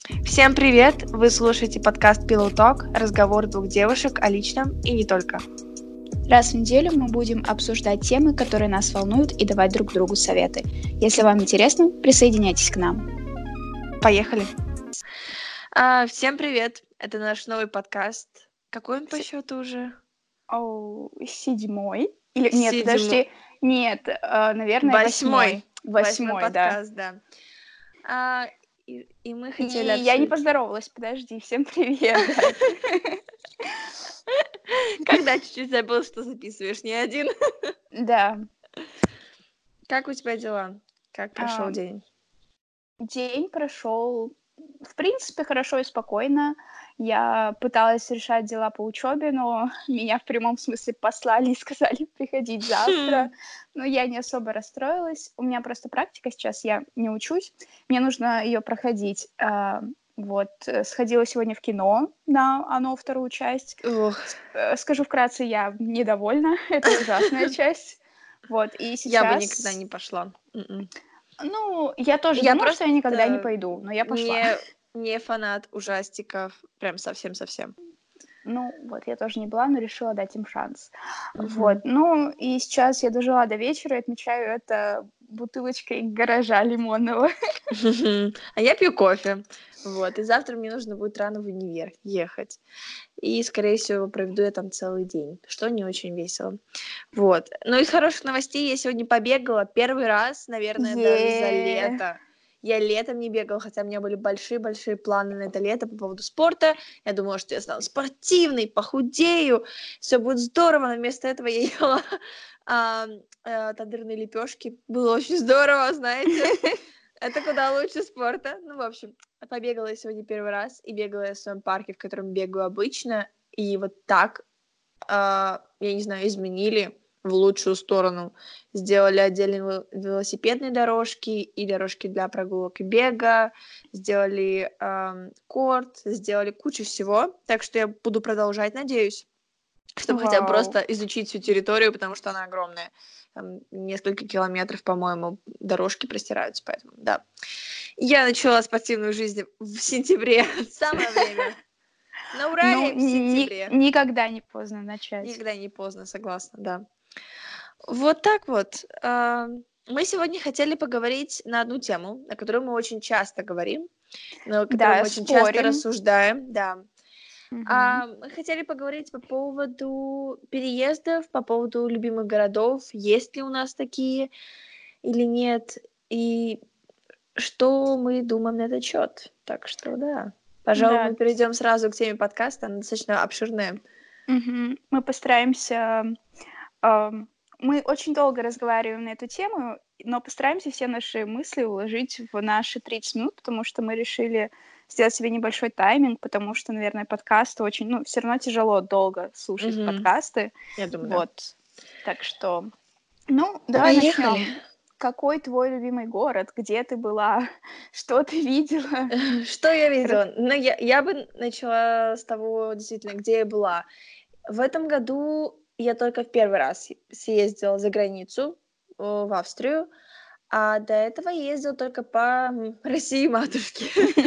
Всем привет! Вы слушаете подкаст Pillow Talk, разговор двух девушек о личном и не только. Раз в неделю мы будем обсуждать темы, которые нас волнуют, и давать друг другу советы. Если вам интересно, присоединяйтесь к нам. Поехали! Всем привет! Это наш новый подкаст. Какой он по счету уже? 7-й? Или нет, Седьмой. подожди. Нет, наверное, 8-й. 8-й, подкаст, да. И мы хотели я не поздоровалась, подожди. Всем привет. Когда чуть-чуть забыл, что записываешь, не один. Да. Как у тебя дела? Как прошел день? День прошел, в принципе, хорошо и спокойно. Я пыталась решать дела по учебе, но меня в прямом смысле послали и сказали приходить завтра. Но я не особо расстроилась. У меня просто практика сейчас, я не учусь. Мне нужно ее проходить. Сходила сегодня в кино на «Оно» вторую часть. Скажу вкратце, я недовольна. Это ужасная часть. И сейчас... Я бы никогда не пошла. Я тоже думала, что я никогда не пойду, но я пошла. Не фанат ужастиков, прям совсем-совсем. Я тоже не была, но решила дать им шанс. И сейчас я дожила до вечера и отмечаю это бутылочкой гаража лимонного. А я пью кофе. И завтра мне нужно будет рано в универ ехать. И, скорее всего, проведу я там целый день, что не очень весело. Но из хороших новостей я сегодня побегала первый раз, наверное, даже за лето. Я летом не бегала, хотя у меня были большие-большие планы на это лето по поводу спорта. Я думала, что я стану спортивной, похудею, все будет здорово, но вместо этого я ела тандырные лепешки. Было очень здорово, знаете. Это куда лучше спорта. Побегала я сегодня первый раз, и бегала я в своем парке, в котором бегаю обычно, и вот так, я не знаю, изменили в лучшую сторону. Сделали отдельные велосипедные дорожки и дорожки для прогулок и бега, сделали корт, сделали кучу всего, так что я буду продолжать, надеюсь, чтобы хотя бы просто изучить всю территорию, потому что она огромная. Там несколько километров, по-моему, дорожки простираются, поэтому, да. Я начала спортивную жизнь в сентябре, самое время. На Урале в сентябре. Никогда не поздно начать. Никогда не поздно, согласна, да. Вот так вот. Мы сегодня хотели поговорить на одну тему, о которой мы очень часто говорим, на которую мы очень часто рассуждаем, да. Мы хотели поговорить по поводу переездов, по поводу любимых городов, есть ли у нас такие или нет, и что мы думаем на этот счет. Так что, да. Пожалуй, мы перейдем сразу к теме подкаста, она достаточно обширная. Мы постараемся... Мы очень долго разговариваем на эту тему, но постараемся все наши мысли уложить в наши 30 минут, потому что мы решили сделать себе небольшой тайминг, потому что, наверное, подкасты очень... все равно тяжело долго слушать подкасты. Я думаю, да. Так что... давай начнем. Какой твой любимый город? Где ты была? Что ты видела? Что я видела? Я бы начала с того, действительно, где я была. В этом году я только в первый раз съездила за границу, в Австрию, а до этого я ездила только по России матушке.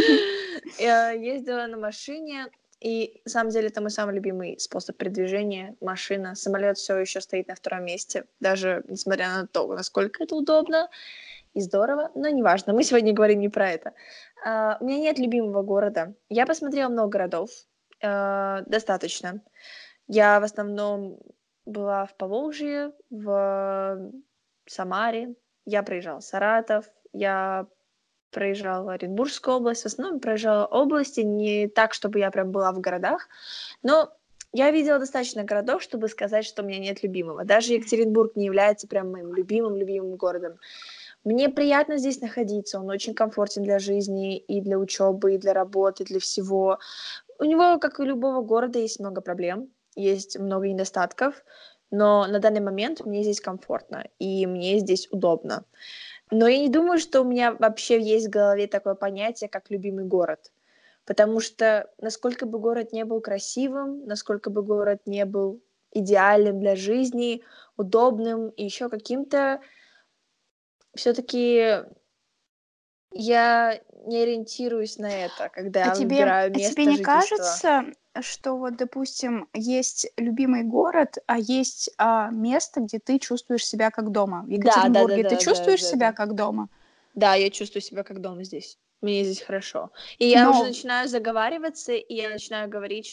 Я ездила на машине, и на самом деле это мой самый любимый способ передвижения — машина. Самолет все еще стоит на втором месте, даже несмотря на то, насколько это удобно и здорово, но неважно, мы сегодня говорим не про это. У меня нет любимого города. Я посмотрела много городов, достаточно. Я в основном была в Поволжье, в Самаре, я проезжала Саратов, я проезжала Оренбургскую область, в основном проезжала области, не так, чтобы я прям была в городах, но я видела достаточно городов, чтобы сказать, что у меня нет любимого. Даже Екатеринбург не является прям моим любимым городом. Мне приятно здесь находиться, он очень комфортен для жизни, и для учебы, и для работы, для всего. У него, как и у любого города, есть много проблем, есть много недостатков, но на данный момент мне здесь комфортно, и мне здесь удобно. Но я не думаю, что у меня вообще есть в голове такое понятие, как любимый город. Потому что насколько бы город не был красивым, насколько бы город не был идеальным для жизни, удобным и еще каким-то, все-таки я не ориентируюсь на это, когда А я тебе, выбираю а тебе место не жительства. кажется, что вот, допустим, есть любимый город, а есть место, где ты чувствуешь себя как дома? В Да, да, да, Екатеринбурге ты да, да, чувствуешь да, себя да. как дома? Да, я чувствую себя как дома здесь. Мне здесь хорошо. И я уже Но начинаю заговариваться, и я начинаю говорить,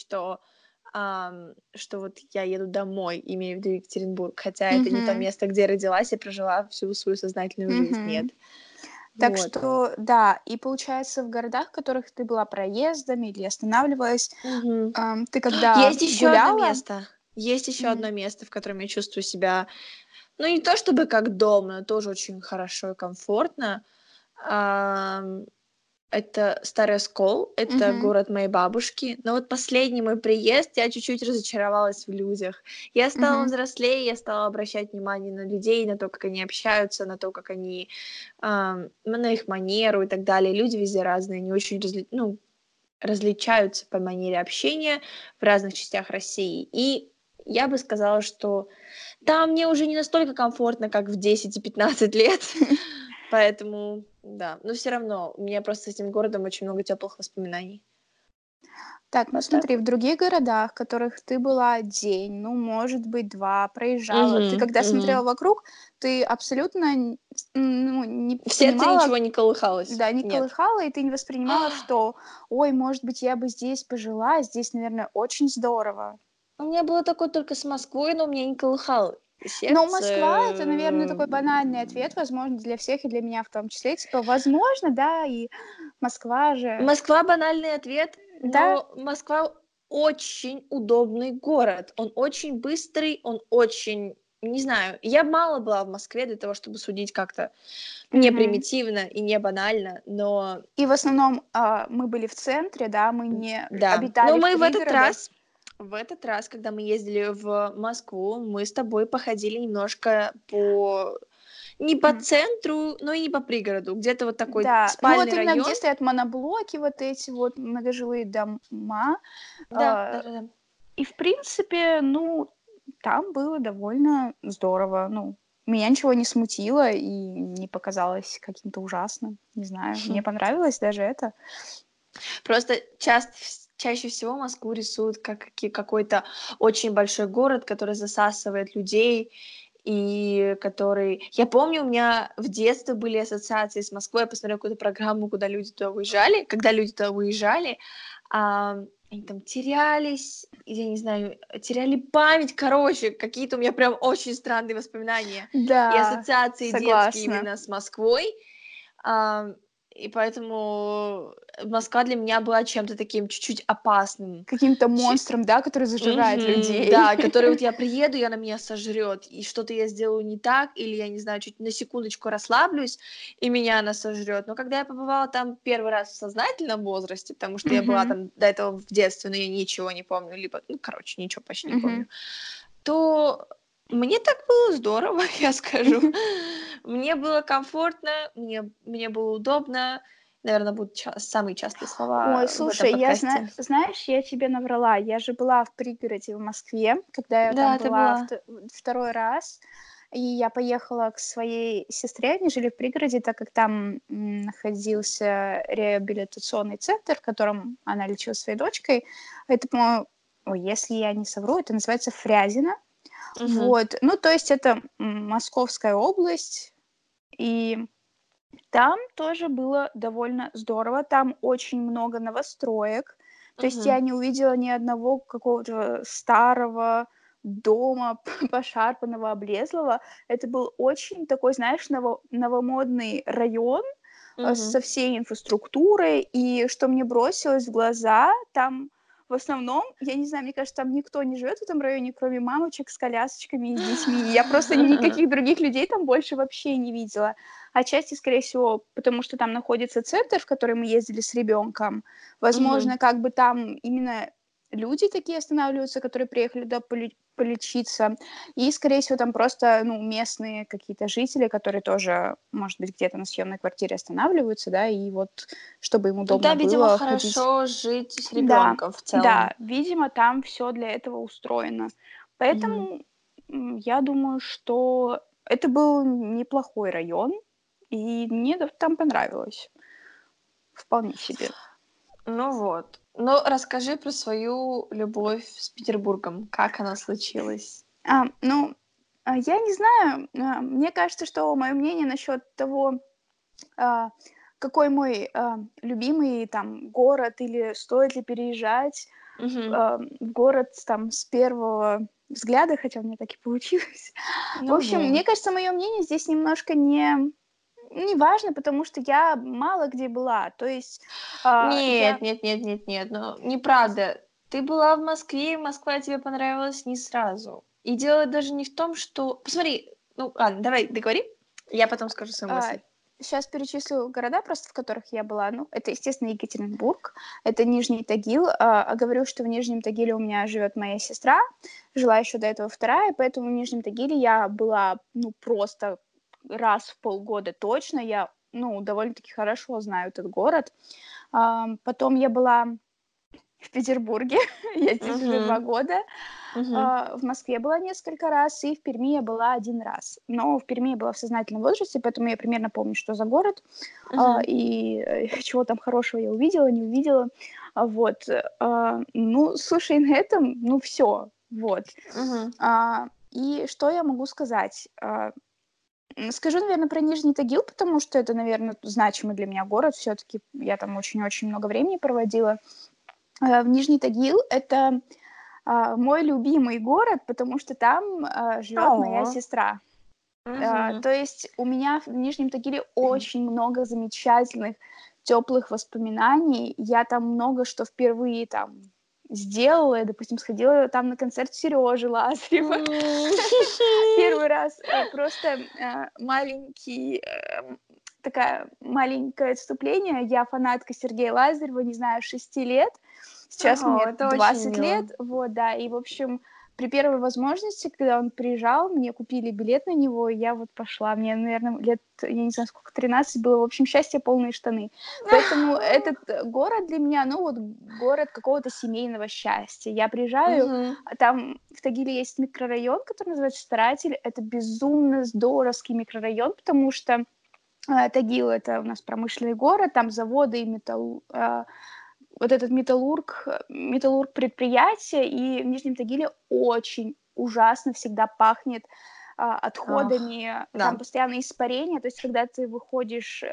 что вот я еду домой, имею в виду Екатеринбург, хотя это не то мгм, место, где я родилась и прожила всю свою сознательную жизнь. Нет. мгм. Так Вот. что, да, и получается, в городах, в которых ты была проездом или останавливалась, Мгм. ты когда Есть еще одно гуляла. место. Есть еще м, одно место, в котором я чувствую себя, ну, не то чтобы как дома, но тоже очень хорошо и комфортно. Ам, Это Старый Оскол, это мгм, город моей бабушки. Но вот последний мой приезд, я чуть-чуть разочаровалась в людях. Я стала мгм. взрослее, я стала обращать внимание на людей, на то, как они общаются, на то, как они, на их манеру и так далее. Люди везде разные, они очень различаются по манере общения в разных частях России. И я бы сказала, что там мне уже не настолько комфортно, как в 10 и 15 лет. Поэтому, да. Но все равно у меня просто с этим городом очень много теплых воспоминаний. Так, ну Вот так смотри, в вот. других городах, в которых ты была день, ну, может быть, 2, проезжала, ты Мгм, когда смотрела мгм. вокруг, ты абсолютно ну, не В сердце понимала, ничего не колыхалось. да, не Нет. колыхала, и ты не воспринимала, что, ой, может быть, я бы здесь пожила, здесь, наверное, очень здорово. У меня было такое только с Москвой, но у меня не колыхало Но сердце. Москва — это, наверное, такой банальный ответ, возможно, для всех, и для меня в том числе. Типа, возможно, да, и Москва же. Москва — банальный ответ, Да. но Москва очень удобный город. Он очень быстрый, он очень, не знаю, я мало была в Москве для того, чтобы судить как-то не Мгм. примитивно и не банально, но И в основном, мы были в центре, да, мы не да. Но обитали в мы пригородах. в этот раз, когда мы ездили в Москву, мы с тобой походили немножко по не по М, центру, но и не по пригороду. Где-то вот такой да, ну вот спальный именно где район. стоят моноблоки, вот эти вот многожилые дома. Да, А, да-да-да. и в принципе, ну, там было довольно здорово. Ну, меня ничего не смутило и не показалось каким-то ужасным. Не знаю, мне понравилось даже это. Просто чаще всего Москву рисуют как какой-то очень большой город, который засасывает людей, и который... Я помню, у меня в детстве были ассоциации с Москвой. Я посмотрела какую-то программу, куда люди туда уезжали. Когда люди туда уезжали, они там терялись, я не знаю, теряли память. Короче, какие-то у меня прям очень странные воспоминания и Да, ассоциации детские согласна. именно с Москвой. Ам, и поэтому Москва для меня была чем-то таким чуть-чуть опасным. Каким-то Чи монстром, да, который зажирает Мгм, людей. да, который вот я приеду, и она меня сожрет, и что-то я сделаю не так, или я не знаю, чуть на секундочку расслаблюсь, и меня она сожрет. Но когда я побывала там первый раз в сознательном возрасте, потому что я была Мгм, там до этого в детстве, но я ничего не помню, либо, ну, короче, ничего почти не мгм. помню, то мне так было здорово, я скажу. Мне было комфортно, мне было удобно. Наверное, будут самые частые Ой, слова в этом слушай, подкасте. знаешь, я тебе наврала. Я же была в пригороде в Москве, когда я там Да, ты была была. второй раз. И я поехала к своей сестре, они жили в пригороде, так как там находился реабилитационный центр, в котором она лечила своей дочкой. Это, по-моему, ой, если я не совру, это называется Фрязино. Мгм. Вот. Ну, то есть это Московская область, и там тоже было довольно здорово. Там очень много новостроек. То есть Мгм. я не увидела ни одного какого-то старого дома, пошарпанного, облезлого. Это был очень такой, знаешь, новомодный район Мгм. со всей инфраструктурой. И что мне бросилось в глаза, там в основном, я не знаю, мне кажется, там никто не живет в этом районе, кроме мамочек с колясочками и с детьми. Я просто никаких других людей там больше вообще не видела. Отчасти, скорее всего, потому что там находится центр, в который мы ездили с ребенком. Мгм. Возможно, как бы там именно люди такие останавливаются, которые приехали туда полечиться. И, скорее всего, там просто, ну, местные какие-то жители, которые тоже, может быть, где-то на съемной квартире останавливаются, да, и вот чтобы им Ну, удобно там, видимо, было ходить. хорошо жить с Да, ребенком в целом. да, видимо, там все для этого устроено. Мгм. Поэтому, я думаю, что это был неплохой район, и мне там понравилось. вполне себе. Ну вот. Ну, расскажи про свою любовь с Петербургом. Как она случилась? Я не знаю. Мне кажется, что мое мнение насчет того, а, какой мой любимый там город или стоит ли переезжать Мгм. в город там с первого взгляда, хотя у меня так и получилось. В Ну общем, вот. мне кажется, мое мнение здесь немножко не важно, потому что я мало где была. То есть я... Нет, нет, нет, нет, нет, ну, неправда. Ты была в Москве, и Москва тебе понравилась не сразу. И дело даже не в том, что... Посмотри, ну ладно, давай договори, я потом скажу свою мысль. Сейчас перечислю города просто, в которых я была. Ну, это, естественно, Екатеринбург, это Нижний Тагил. Говорю, что в Нижнем Тагиле у меня живет моя сестра, жила еще до этого вторая, поэтому в Нижнем Тагиле я была, ну, просто раз в полгода точно. Я, ну, довольно-таки хорошо знаю этот город. Потом я была в Петербурге, я здесь уже 2 Угу, года. угу, В Москве была несколько раз, и в Перми я была 1 раз. Но в Перми я была в сознательном возрасте, поэтому я примерно помню, что за город, угу, и чего там хорошего я увидела, не увидела. Вот. Ну, слушай, на этом, ну, все. Вот. угу. И что я могу сказать? Скажу, наверное, про Нижний Тагил, потому что это, наверное, значимый для меня город. Все-таки я там очень-очень много времени проводила. В Нижний Тагил это мой любимый город, потому что там живет моя О, сестра. угу. То есть у меня в Нижнем Тагиле очень много замечательных, теплых воспоминаний. Я там много что впервые там сделала. Я, допустим, сходила там на концерт Сережи Лазарева. Первый раз просто такая маленькое отступление. Я фанатка Сергея Лазарева, не знаю, 6 лет. Сейчас Ого, мне это очень 20 лет, мило. вот, да, и, в общем, при первой возможности, когда он приезжал, мне купили билет на него, и я вот пошла. Мне, наверное, лет, я не знаю, сколько, 13 было. В общем, счастье, полные штаны. Поэтому этот город для меня, ну, вот город какого-то семейного счастья. Я приезжаю, Угу, там в Тагиле есть микрорайон, который называется Старатель. Это безумно здоровский микрорайон, потому что Тагил — это у нас промышленный город, там заводы и вот этот металлург предприятия, и в Нижнем Тагиле очень ужасно всегда пахнет ах, отходами, там да. постоянно испарения, то есть когда ты выходишь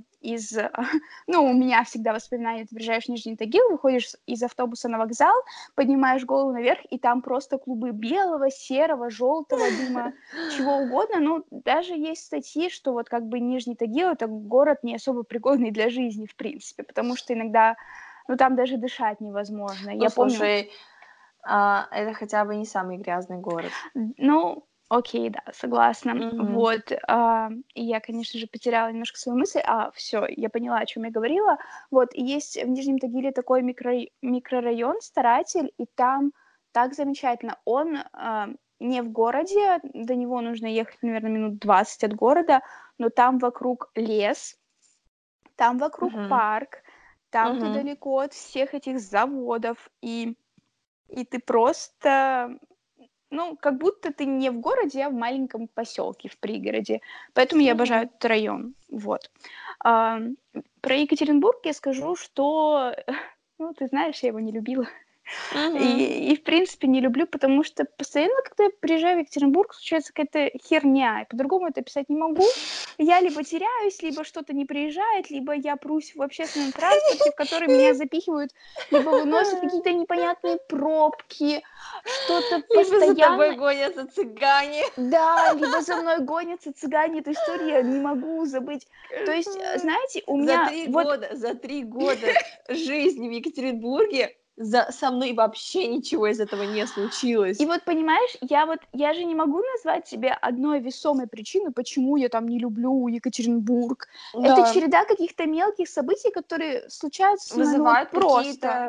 ну, у меня всегда воспоминания, ты приезжаешь в Нижний Тагил, выходишь из автобуса на вокзал, поднимаешь голову наверх, и там просто клубы белого, серого, желтого дыма, чего угодно. Ну, даже есть статьи, что вот как бы Нижний Тагил — это город не особо пригодный для жизни, в принципе, потому что иногда, ну, там даже дышать невозможно. Ну, Я помню, слушай, это хотя бы не самый грязный город. ну, окей, да, согласна. Угу, Вот, и я, конечно же, потеряла немножко свою мысль. Все, я поняла, о чем я говорила. Вот, и есть в Нижнем Тагиле такой микрорайон Старатель, и там так замечательно. Он не в городе, до него нужно ехать, наверное, минут 20 от города, но там вокруг лес, там вокруг угу, парк, там ты угу. далеко от всех этих заводов, и ты просто, ну, как будто ты не в городе, а в маленьком поселке, в пригороде. Поэтому я обожаю Мгм. этот район. Вот. А, Про Екатеринбург я скажу, что, ну, ты знаешь, я его не любила. Мгм. И, в принципе, не люблю, потому что постоянно, когда я приезжаю в Екатеринбург, случается какая-то херня, и по-другому это описать не могу. Я либо теряюсь, либо что-то не приезжает, либо я прусь в общественном транспорте, в который меня запихивают, либо выносят какие-то непонятные пробки, что-то Либо за тобой постоянно... гонятся цыгане. Да, либо за мной гонятся цыгане, эту историю я не могу забыть. То есть, Кошмар. знаете, у За меня 3 вот... года, за 3 года жизни в Екатеринбурге со мной вообще ничего из этого не И случилось. вот, понимаешь, я же не могу назвать себе одной весомой причины, почему я там не люблю Екатеринбург. Это Да, череда каких-то мелких событий, которые случаются со мной, ну вот вызывают просто. какие-то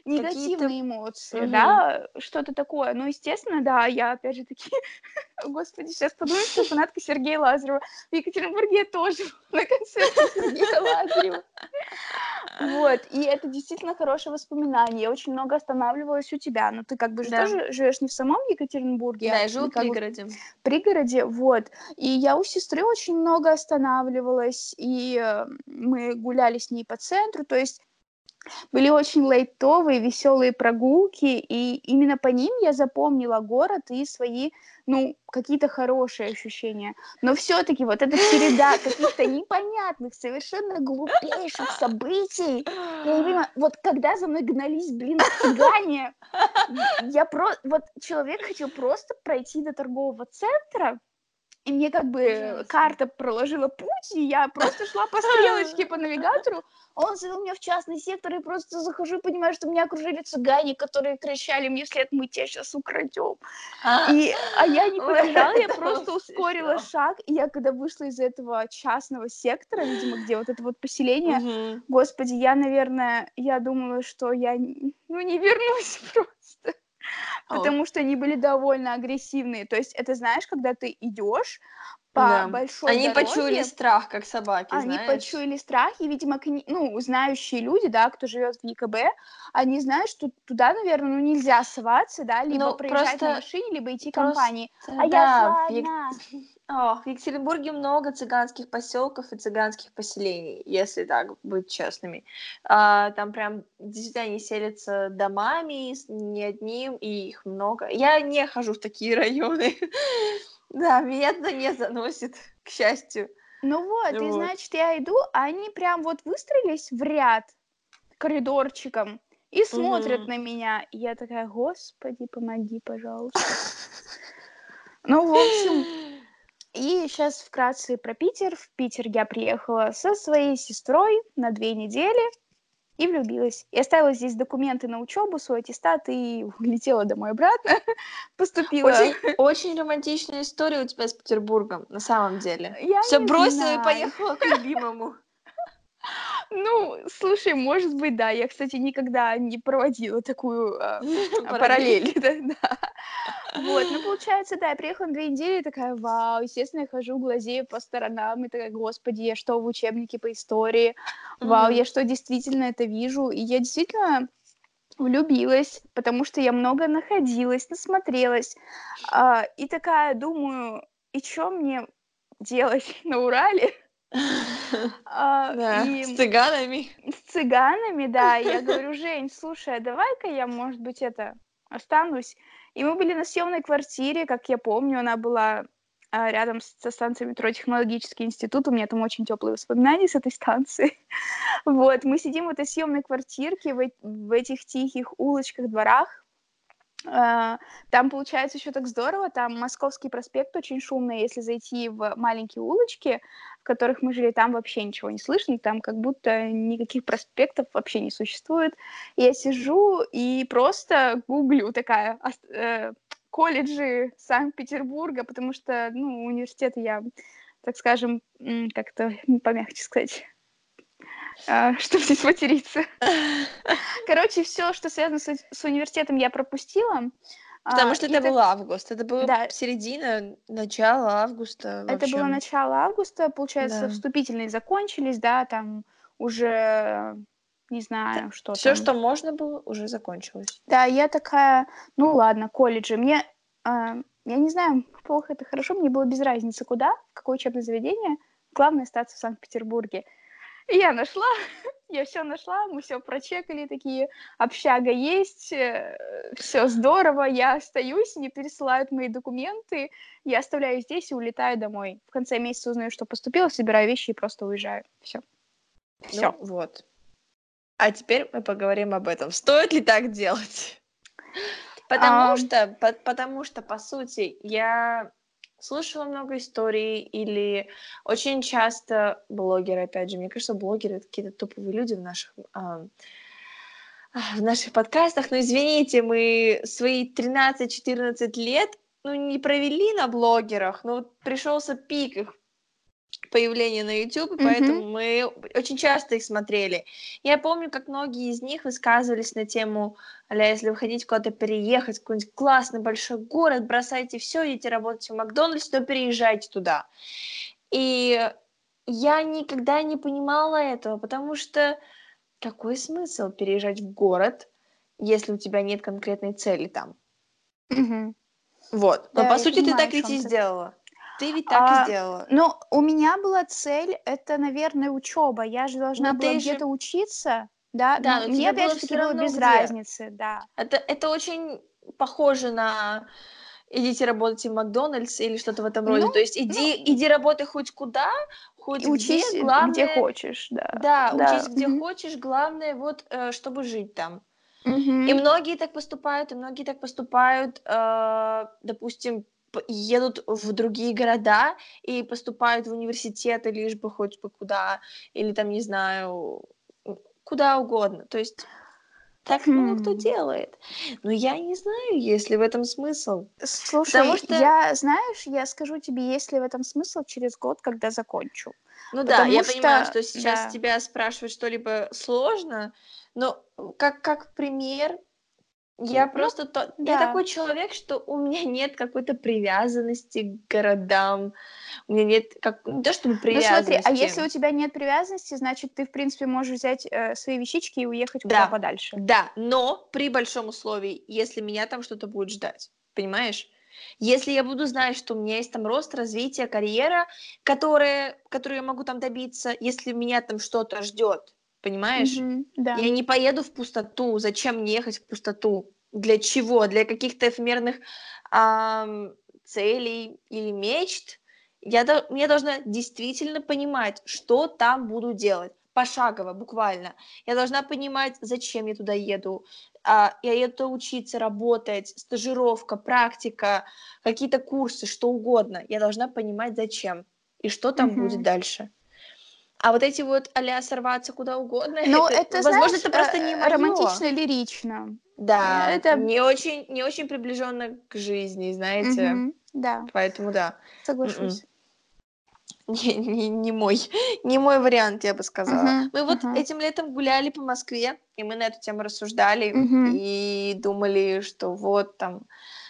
негативные эмоции, Мгм. да, что-то такое. Ну, естественно, да, я опять же таки, господи, сейчас подумаю, что фанатка Сергея Лазарева. В Екатеринбурге я тоже была на концерте Сергея Лазарева. Вот, и это действительно хорошее воспоминание. Я очень много останавливалась у тебя, но ты как бы же Да. тоже живешь не в самом Екатеринбурге, Да, а я живу в как бы в пригороде. пригороде, вот. И я у сестры очень много останавливалась, и мы гуляли с ней по центру, то есть были очень лайтовые, веселые прогулки, и именно по ним я запомнила город и свои, ну, какие-то хорошие ощущения. Но все-таки вот эта череда каких-то непонятных, совершенно глупейших событий, я не понимаю, вот когда за мной гнались, блин, цыгане, вот человек хотел просто пройти до торгового центра, и мне как бы Ужасно. карта проложила путь, и я просто шла по стрелочке, по навигатору, а он завел меня в частный сектор, и просто захожу и понимаю, что меня окружили цыгане, которые кричали мне вслед: «Мы тебя сейчас украдем». А я не Вот побежала, я это было просто ускорила смешно. шаг, и я когда вышла из этого частного сектора, видимо, где вот это вот поселение, Мгм. господи, я, наверное, я думала, что я, ну, не вернусь просто. О, Потому что они были довольно агрессивные. То есть это, знаешь, когда ты идешь по да. большой Они почуяли дороге, страх, как собаки, они знаешь. почуяли страх, и, видимо, ну, знающие люди, да, кто живет в ЕКБ, они знают, что туда, наверное, ну, нельзя соваться, да, либо Ну, проезжать на просто, машине, либо идти просто, компанией. А я да, шла одна. в Екатеринбурге много цыганских поселков и цыганских поселений, если так быть честными. Там прям действительно они селятся домами, не одним, и их много. Я не хожу в такие районы. Да, меня туда не заносит, к счастью. Ну вот, и, Вот. значит, я иду, а они прям вот выстроились в ряд коридорчиком и смотрят Мгм. на меня. И я такая: «Господи, помоги, пожалуйста». Ну, в общем, и сейчас вкратце про Питер. В Питер я приехала со своей сестрой на 2 недели и влюбилась. И оставила здесь документы на учебу, свой аттестат и улетела домой обратно. Поступила. Очень, очень романтичная история у тебя с Петербургом, на самом деле. Я Все не бросила и знаю. поехала к любимому. Ну, слушай, может быть, да. Я, кстати, никогда не проводила такую Параллель. параллель. Да. Вот, ну, получается, да, я приехала на 2 недели и такая: «Вау!» Естественно, я хожу, глазею по сторонам и такая: «Господи, я что, в учебнике по истории? Вау, Мгм. я что, действительно это вижу?» И я действительно влюбилась, потому что я много находилась, насмотрелась. И такая думаю: «И чё мне делать на Урале?» Да, с И цыганами. с цыганами, да. И я говорю: «Жень, слушай, а давай-ка я, может быть, останусь». И мы были на съемной квартире, как я помню, она была рядом со станцией метро Технологический институт. У меня там очень теплые воспоминания с этой станции. Вот, мы сидим в этой съемной квартирке, в этих тихих улочках, дворах. Там получается еще так здорово, там Московский проспект очень шумный, если зайти в маленькие улочки, в которых мы жили, там вообще ничего не слышно, там как будто никаких проспектов вообще не существует. И я сижу и просто гуглю такая колледжи Санкт-Петербурга, потому что, ну, университеты я, так скажем, как-то помягче сказать, чтобы здесь материться. Короче, все, что связано с университетом, я пропустила. Потому что И это так, был август. Это было да, середина, начало августа, в это было общем. начало августа, получается, Да. вступительные закончились, да, там уже не знаю, что Все, там. что можно было, уже закончилось. Да, я такая: «Ну ладно, колледжи». Я не знаю, плохо это, хорошо, мне было без разницы куда, в какое учебное заведение, главное остаться в Санкт-Петербурге. И я нашла, я все нашла, мы все прочекали, такие: общага есть, все здорово, я остаюсь, не пересылают мои документы, я оставляю здесь и улетаю домой. В конце месяца узнаю, что поступила, собираю вещи и просто уезжаю. Все. Все. Ну вот. А теперь мы поговорим об этом. Стоит ли так делать? Потому что, по сути, я слушала много историй, или очень часто блогеры, опять же, мне кажется, блогеры — это какие-то топовые люди в наших подкастах. Но извините, мы свои 13-14 лет, ну, не провели на блогерах, но вот пришелся пик их появления на YouTube, поэтому мы очень часто их смотрели. Я помню, как многие из них высказывались на тему, если вы хотите куда-то переехать, в какой-нибудь классный большой город, бросайте все, идите работать в Макдональдс, то переезжайте туда. И я никогда не понимала этого, потому что какой смысл переезжать в город, если у тебя нет конкретной цели там? Вот. Но Да, по я сути ты понимаю, о так ведь чем и ты. сделала. Ты ведь так и сделала. Ну, у меня была цель, это, наверное, учеба. Я же должна Но была ты где-то же... учиться, да. Да, Но но мне, тебе опять было же таки, все было равно без где. разницы, да. Это очень похоже на идите работать в Макдональдс или что-то в этом Ну, роде. То есть иди работай хоть куда, хоть и где, учись, где главное, хочешь, да. да, учись Да. где хочешь, главное вот, чтобы жить там. И Мгм. многие так поступают, допустим, едут в другие города и поступают в университеты, лишь бы хоть бы куда, или там, не знаю, куда угодно. То есть так много кто Хм. делает. Но я не знаю, есть ли в этом смысл. Потому Слушай, что, знаешь, я скажу тебе, есть ли в этом смысл через год, когда закончу. ну да, я Потому понимаю, что, что сейчас да, тебя спрашивать что-либо сложно, но как пример, ну, я да. такой человек, что у меня нет какой-то привязанности к городам, у меня нет, не то чтобы Ну смотри, а если привязанности, у тебя нет привязанности, значит, ты, в принципе, можешь взять свои вещички и уехать куда да, подальше. да, но при большом условии, если меня там что-то будет ждать, понимаешь? Если я буду знать, что у меня есть там рост, развитие, карьера, которую я могу там добиться, если меня там что-то ждет, понимаешь? Да. Я не поеду в пустоту. Зачем мне ехать в пустоту? Для чего? Для каких-то эфемерных целей или мечт? Я должна действительно понимать, что там буду делать. Пошагово, буквально. Я должна понимать, зачем я туда еду. Я еду учиться, работать, стажировка, практика, какие-то курсы, что угодно. Я должна понимать, зачем и что там будет Мгм. дальше. А вот эти вот а-ля сорваться куда угодно, Ну, это, это, возможно, знаешь, это просто не мое. романтично, лирично. Да, Это, не очень приближенно к жизни, знаете. да, Поэтому да. М-м. соглашусь. Не мой, не мой вариант, я бы сказала. Мгм, Мы вот мгм, этим летом гуляли по Москве, и мы на эту тему рассуждали мгм. и думали, что вот там,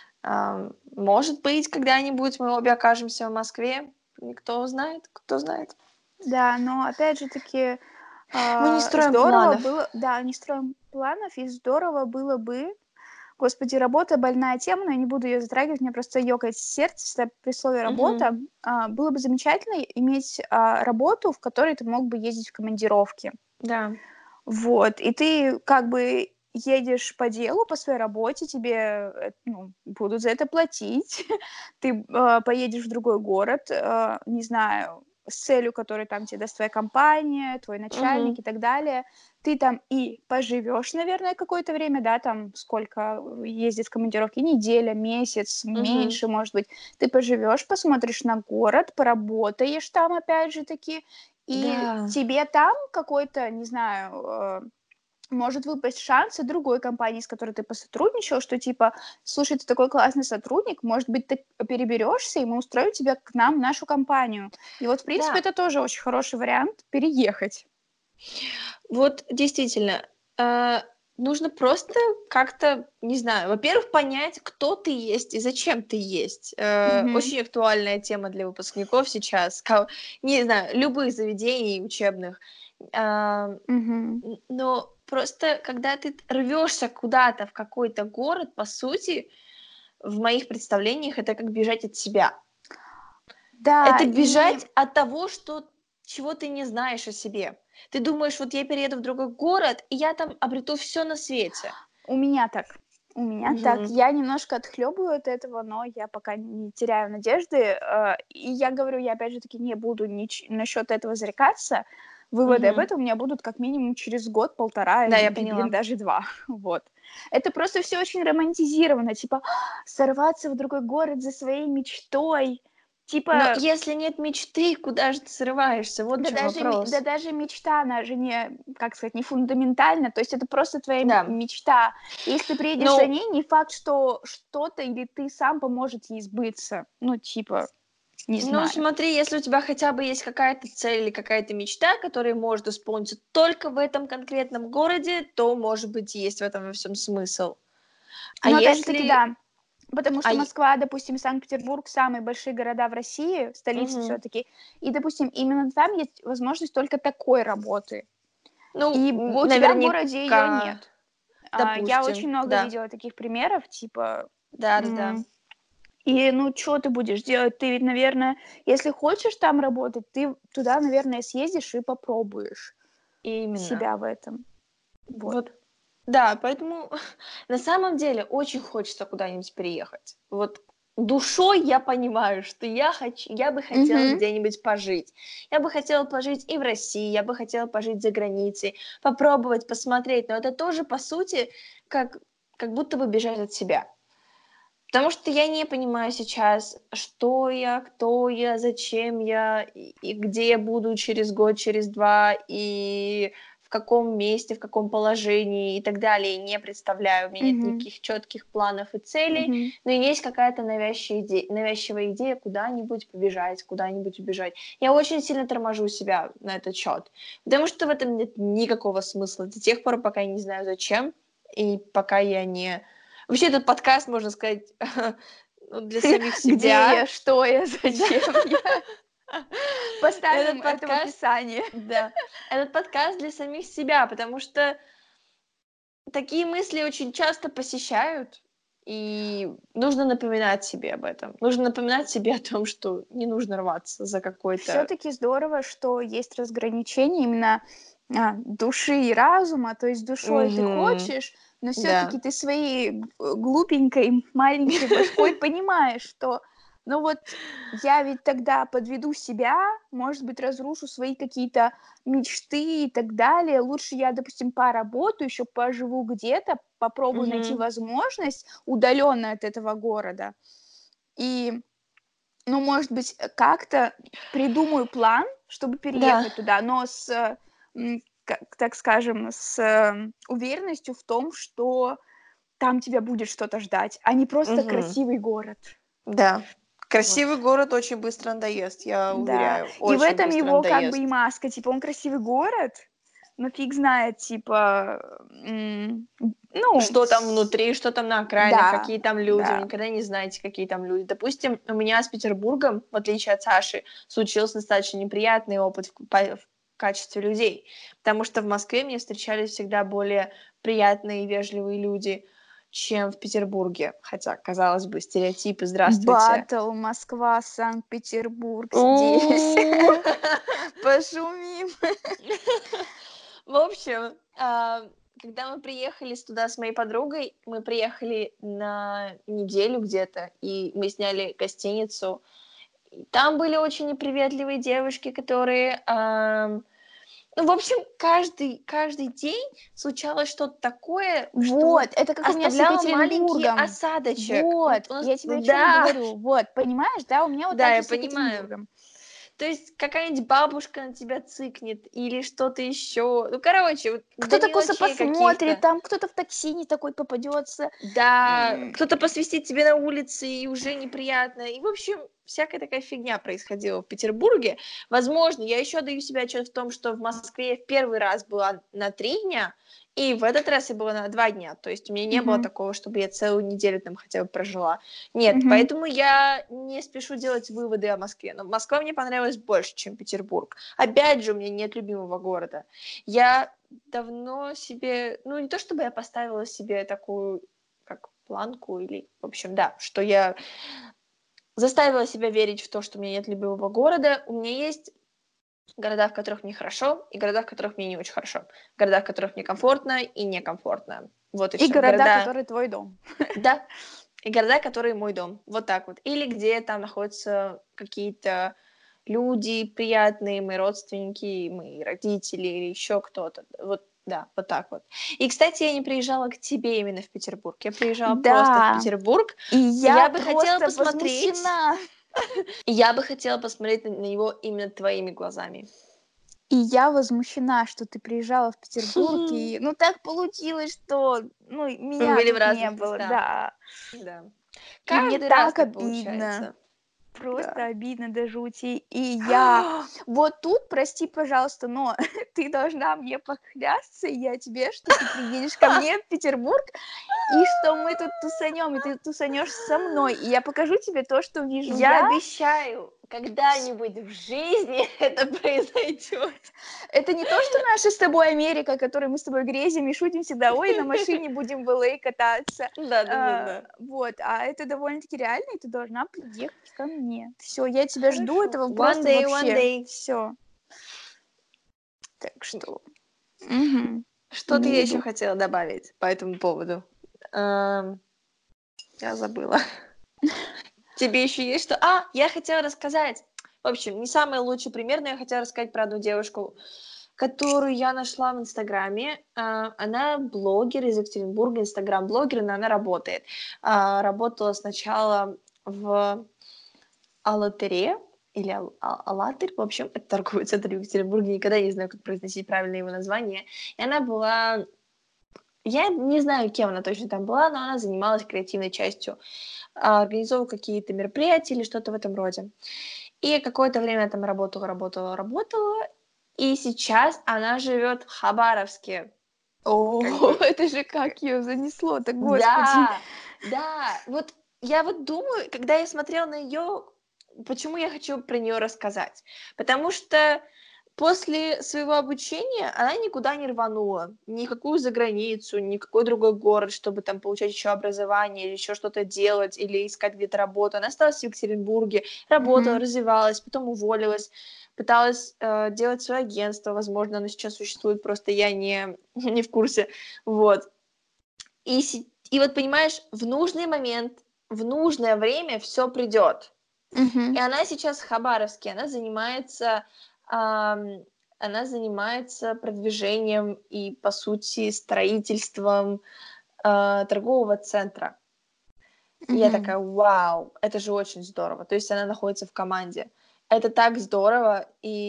может быть, когда-нибудь мы обе окажемся в Москве. Никто знает, кто знает. Да, но опять же таки Мы не строим здорово планов. было, да, не строим планов, и здорово было бы, господи, работа больная тема, но я не буду ее затрагивать, мне просто ёкает сердце при слове Мгм. работа. Было бы замечательно иметь работу, в которой ты мог бы ездить в командировки. Да. Вот, и ты как бы едешь по делу, по своей работе, тебе, ну, будут за это платить. Ты, поедешь в другой город, не знаю, с целью, которую там тебе даст твоя компания, твой начальник Мгм. и так далее. Ты там и поживешь, наверное, какое-то время, да, там сколько ездить в командировки, неделя, месяц, Мгм. меньше, может быть. Ты поживешь, посмотришь на город, поработаешь там, опять же таки, и Да. тебе там какой-то, не знаю, может выпасть шанс от другой компании, с которой ты посотрудничал, что типа, слушай, ты такой классный сотрудник, может быть, ты переберешься, и мы устроим тебя к нам, в нашу компанию. И вот, в принципе, Да. это тоже очень хороший вариант переехать. Вот действительно, нужно просто как-то, не знаю, во-первых, понять, кто ты есть и зачем ты есть. Мгм. Очень актуальная тема для выпускников сейчас, не знаю, любых заведений учебных. А, Мгм. но просто когда ты рвешься куда-то в какой-то город, по сути, в моих представлениях это как бежать от себя. Да, Это и бежать от того, чего ты не знаешь о себе. Ты думаешь, вот я перееду в другой город, и я там обрету все на свете. у меня так. У меня так. Мгм. Я немножко отхлебываю от этого, но я пока не теряю надежды. И я говорю, я опять же таки не буду насчет этого зарекаться. Выводы об Мгм. этом у меня будут как минимум через год-полтора Да, я или, блин, поняла. даже два. Вот. Это просто все очень романтизировано. Типа, сорваться в другой город за своей мечтой. Но Типа, если нет мечты, куда же ты срываешься? Вот в чем да вопрос. даже мечта, она же не, как сказать, не фундаментальна. То есть это просто твоя Да. мечта. Если ты приедешь за Ну, ней, не факт, что что-то или ты сам поможет ей сбыться. Ну, типа. Не Ну, знаю. смотри, если у тебя хотя бы есть какая-то цель или какая-то мечта, которая может исполниться только в этом конкретном городе, то, может быть, есть в этом во всем смысл. А Но опять же таки, если... да, потому А... что Москва, допустим, Санкт-Петербург самые большие города в России, столицы Мгм. все-таки, и, допустим, именно там есть возможность только такой работы. Ну, И у тебя в городе ее наверняка, нет. Я очень допустим, много да. видела таких примеров, типа, Да-да-да. м, и, ну, что ты будешь делать? Ты ведь, наверное, если хочешь там работать, ты туда, наверное, съездишь и попробуешь Именно. себя в этом. Вот. Вот, да, поэтому на самом деле очень хочется куда-нибудь переехать. Вот душой я понимаю, что я бы хотела Мгм. где-нибудь пожить. Я бы хотела пожить и в России, я бы хотела пожить за границей, попробовать, посмотреть, но это тоже, по сути, как будто бы бежать от себя. Потому что я не понимаю сейчас, что я, кто я, зачем я, и где я буду через год, через два, и в каком месте, в каком положении и так далее. Не представляю, у меня нет Мгм. никаких четких планов и целей, Мгм. но есть какая-то навязчивая идея куда-нибудь побежать, куда-нибудь убежать. Я очень сильно торможу себя на этот счет, потому что в этом нет никакого смысла до тех пор, пока я не знаю зачем, и пока я не... Вообще этот подкаст, можно сказать, ну, для самих Где себя. я, что я, Да. зачем я? Этот Поставим это в подкаст, описании. да, этот подкаст для самих себя, потому что такие мысли очень часто посещают, и нужно напоминать себе об этом. Нужно напоминать себе о том, что не нужно рваться за какой-то... Все-таки здорово, что есть разграничение именно души и разума, то есть душой ты Мгм. хочешь, но все-таки Да. ты своей глупенькой маленькой башкой понимаешь, что ну вот я ведь тогда подведу себя, может быть, разрушу свои какие-то мечты и так далее. Лучше я, допустим, поработаю, еще поживу где-то, попробую найти Мгм. возможность удаленно от этого города. И ну, может быть, как-то придумаю план, чтобы Да. переехать туда, но с, так скажем, с уверенностью в том, что там тебя будет что-то ждать, а не просто Мгм. красивый город. Да. Вот. Красивый город очень быстро надоест, я Да. уверяю, И в очень этом быстро его как бы и надоест. маска. Типа, он красивый город, но фиг знает, типа, ну, Что там внутри, что там на окраинах, да, какие там люди, вы да. никогда не знаете, какие там люди. Допустим, у меня с Петербургом, в отличие от Саши, случился достаточно неприятный опыт в качестве людей, потому что в Москве мне встречались всегда более приятные и вежливые люди, чем в Петербурге. Хотя, казалось бы, стереотипы, здравствуйте. Баттл Москва, Санкт-Петербург здесь. У. Пошумим. В общем, когда мы приехали туда с моей подругой, мы приехали на неделю где-то, и мы сняли гостиницу. И там были очень неприветливые девушки, которые... ну, в общем, каждый день случалось что-то такое, что Вот, вот это как у меня с оставляло маленький Екатеринбургом. осадочек. Вот, Вот у нас... я тебе о чем и Да, говорю. Вот, понимаешь, да, у меня вот да, так же я с понимаю. Екатеринбургом. То есть какая-нибудь бабушка на тебя цыкнет или что-то еще. Ну, короче, вот до Кто-то косо мелочей посмотрит, каких-то. там кто-то в такси не такой попадется. Да, кто-то посвистит тебе на улице, и уже неприятно. И, в общем, всякая такая фигня происходила в Петербурге. Возможно, я еще даю себе отчет в том, что в Москве я в первый раз была на 3 дня, и в этот раз я была на 2 дня. То есть у меня не было Мгм, такого, чтобы я целую неделю там хотя бы прожила. Нет, мгм. поэтому я не спешу делать выводы о Москве. Но Москва мне понравилась больше, чем Петербург. Опять же, у меня нет любимого города. Я давно себе, ну, не то чтобы я поставила себе такую, как планку или, в общем, да, что я заставила себя верить в то, что у меня нет любимого города. У меня есть города, в которых мне хорошо, и города, в которых мне не очень хорошо. Города, в которых мне комфортно и некомфортно. Вот и И все. города, Города, которые твой дом. да, и города, которые мой дом. Вот так вот. Или где там находятся какие-то люди приятные, мои родственники, мои родители или еще кто-то. Вот, да, вот так вот. И, кстати, я не приезжала к тебе именно в Петербург. Я приезжала просто в Да, Петербург. и И я просто возмущена. я бы хотела посмотреть на него именно твоими глазами. И я возмущена, что ты приезжала в Петербург, и, ну, так получилось, что, ну, Мы меня были в тут не разных было, местах. да. Да. И мне Каждый раз так так обидно. получается. просто Да. обидно до жути. И я вот тут, прости, пожалуйста, но ты должна мне поклясться, и я тебе, что ты приедешь ко мне в Петербург, и что мы тут тусанем, и ты тусанешь со мной, и я покажу тебе то, что вижу Я я. обещаю, когда-нибудь в жизни это произойдет. Это не то, что наша с тобой Америка, которой мы с тобой грезим и шутим всегда, ой, на машине будем в LA кататься. Да. Вот, а это довольно-таки реально, и ты должна приехать ко мне. Все, я тебя жду, Хорошо. этого One просто day, one вообще day. все. Так что, мгм, Что-то я имей в еще виду. хотела добавить по этому поводу. Я забыла. Тебе еще есть что? Я хотела рассказать. В общем, не самый лучший пример, но я хотела рассказать про одну девушку, которую я нашла в Инстаграме. Она блогер из Екатеринбурга, Инстаграм-блогер, но она работает. Работала сначала в Алатыре или Алатырь, в общем, это торговый центр в Екатеринбурге, никогда не знаю, как произносить правильно его название. И она была... Я не знаю, кем она точно там была, но она занималась креативной частью, организовывала какие-то мероприятия или что-то в этом роде. И какое-то время я там работала, и сейчас она живет в Хабаровске. Как О, бы, это же как ее занесло-то, господи. да, вот я вот думаю, когда я смотрела на ее, почему я хочу про нее рассказать, потому что после своего обучения она никуда не рванула, никакую заграницу, никакой другой город, чтобы там получать еще образование или еще что-то делать, или искать где-то работу. Она осталась в Екатеринбурге, работала, Мгм. развивалась, потом уволилась, пыталась делать свое агентство, возможно, оно сейчас существует, просто я не в курсе, вот. И вот, понимаешь, в нужный момент, в нужное время все придет. И Мгм. она сейчас в Хабаровске, ам, она занимается продвижением и, по сути, строительством торгового центра. И я Мгм. такая, вау, это же очень здорово. То есть она находится в команде. Это так здорово,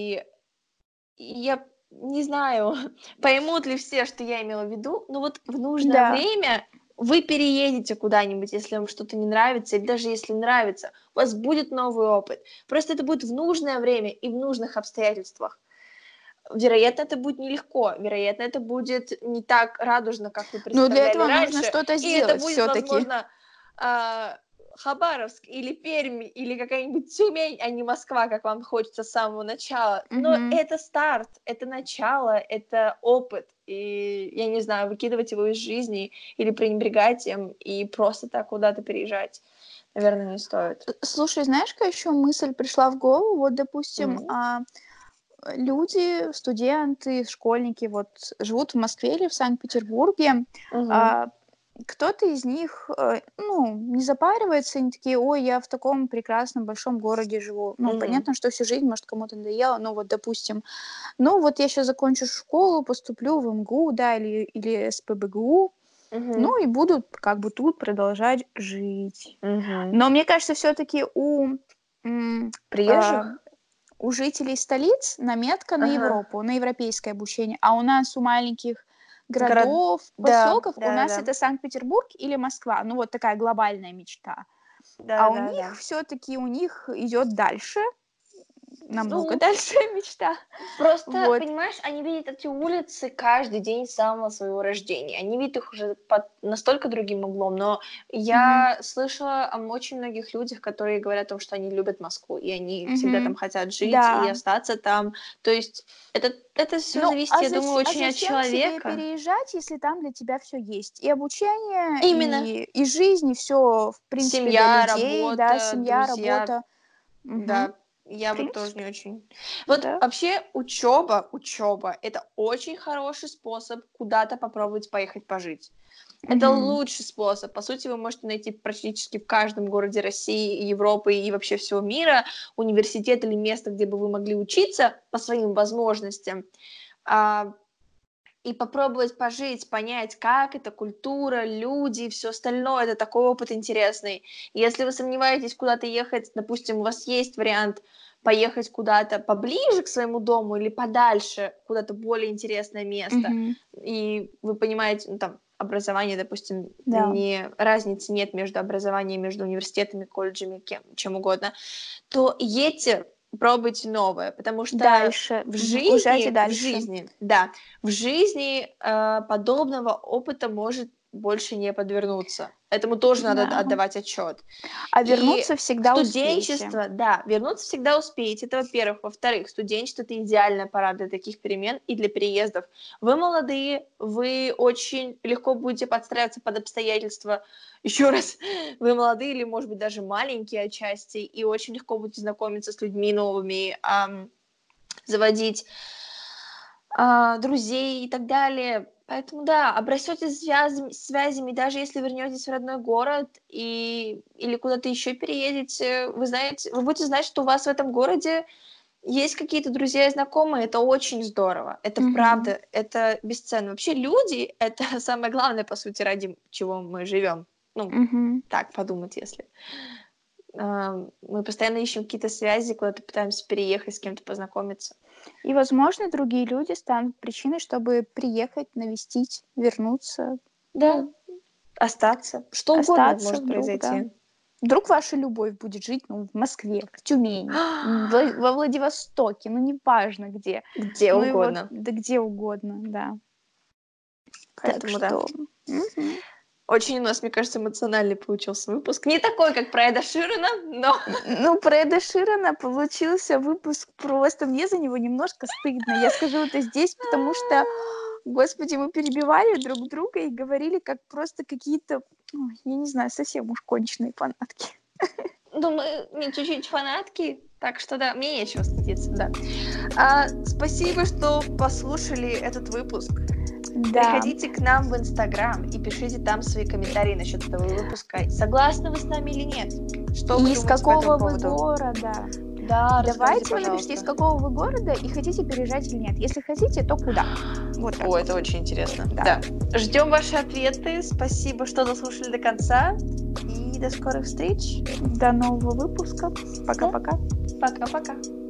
и я не знаю, поймут ли все, что я имела в виду, но вот в нужное Да. время вы переедете куда-нибудь, если вам что-то не нравится, или даже если нравится, у вас будет новый опыт. Просто это будет в нужное время и в нужных обстоятельствах. Вероятно, это будет нелегко, вероятно, это будет не так радужно, как вы Но для представляли этого нужно раньше, что-то и это сделать будет, все-таки. возможно, а, Хабаровск или Пермь, или какая-нибудь Тюмень, а не Москва, как вам хочется с самого начала. Но Мгм. это старт, это начало, это опыт, и, я не знаю, выкидывать его из жизни или пренебрегать им, и просто так куда-то переезжать, наверное, не стоит. Слушай, знаешь, какая еще мысль пришла в голову? Вот, допустим, Мгм. люди, студенты, школьники вот живут в Москве или в Санкт-Петербурге. Мгм. А, Кто-то из них, ну, не запаривается, они такие, ой, я в таком прекрасном большом городе живу. Ну, Мгм. понятно, что всю жизнь, может, кому-то надоело, но вот, допустим, ну, вот я сейчас закончу школу, поступлю в МГУ, да, или СПбГУ, Мгм. ну, и буду как бы тут продолжать жить. Мгм. Но мне кажется, все-таки м, а, Приезжих? у жителей столиц наметка на Ага. Европу, на европейское обучение, а у нас у маленьких Город... городов, Да, поселков, у да, нас да, это Санкт-Петербург или Москва. Ну, вот такая глобальная мечта. да, А у да, них да. все-таки у них идет дальше, намного Ну, дальше мечта. просто, Вот. понимаешь, они видят эти улицы каждый день с самого своего рождения. Они видят их уже под настолько другим углом. Но Мгм. я слышала о очень многих людях, которые говорят о том, что они любят Москву, и они всегда там Мгм. хотят жить и Да. остаться там. То есть это все Ну, зависит, я думаю, а очень от зачем тебе человека. переезжать, если там для тебя все есть? И обучение, Именно. и жизнь, и все, в принципе, для Семья, людей, да, работа, семья, друзья. работа. Мгм. Да, я В вот тоже принципе, не очень. Вот да. вообще учеба, это очень хороший способ куда-то попробовать поехать пожить. Это Мгм. лучший способ. По сути, вы можете найти практически в каждом городе России, и Европы и вообще всего мира университет или место, где бы вы могли учиться по своим возможностям. А, и попробовать пожить, понять, как это, культура, люди, все остальное, это такой опыт интересный. Если вы сомневаетесь куда-то ехать, допустим, у вас есть вариант поехать куда-то поближе к своему дому или подальше, куда-то более интересное место, Мгм. и вы понимаете, ну, там, образования, допустим, Да. разницы нет между образованием, между университетами, колледжами, чем угодно, то едьте, пробуйте новое, потому что Дальше. в Уезжайте жизни, подобного опыта может больше не подвернуться. Этому тоже надо Да. отдавать отчет. А И вернуться всегда успеете. студенчество, да, вернуться всегда успеете, это во-первых. Во-вторых, студенчество — это идеальная пора для таких перемен и для переездов. Вы молодые, вы очень легко будете подстраиваться под обстоятельства. Еще раз, вы молодые или, может быть, даже маленькие отчасти, и очень легко будете знакомиться с людьми новыми, заводить друзей и так далее. Поэтому да, обрастёте связями, даже если вернётесь в родной город или куда-то еще переедете, вы будете знать, что у вас в этом городе есть какие-то друзья и знакомые. Это очень здорово. Это правда, это бесценно. Вообще люди — это самое главное, по сути, ради чего мы живем. Так подумать, если. Мы постоянно ищем какие-то связи, куда-то пытаемся переехать, с кем-то познакомиться. И, возможно, другие люди станут причиной, чтобы приехать, навестить, вернуться. Да, остаться. Что угодно может вдруг, произойти. да. Вдруг ваша любовь будет жить в Москве, в Тюмени, во Владивостоке, неважно где. Где угодно. Да где угодно, да. Поэтому так что... Очень у нас, мне кажется, эмоциональный получился выпуск. Не такой, как про Эда Ширана, но... про Эда Ширана получился выпуск просто... Мне за него немножко стыдно. Я скажу это здесь, потому что, господи, мы перебивали друг друга и говорили, как просто какие-то, я не знаю, совсем уж конченые фанатки. Мы чуть-чуть фанатки, так что да, мне нечего стыдиться, да. Спасибо, что послушали этот выпуск. Да. Приходите к нам в Инстаграм и пишите там свои комментарии насчет этого выпуска. Согласны вы с нами или нет? Что вы и из какого вы города? Да, давайте вы напишите, из какого вы города и хотите переезжать или нет. Если хотите, то куда? Вот так. Это очень интересно. Да. Ждем ваши ответы. Спасибо, что дослушали до конца. И до скорых встреч. До нового выпуска. Пока-пока. Пока-пока.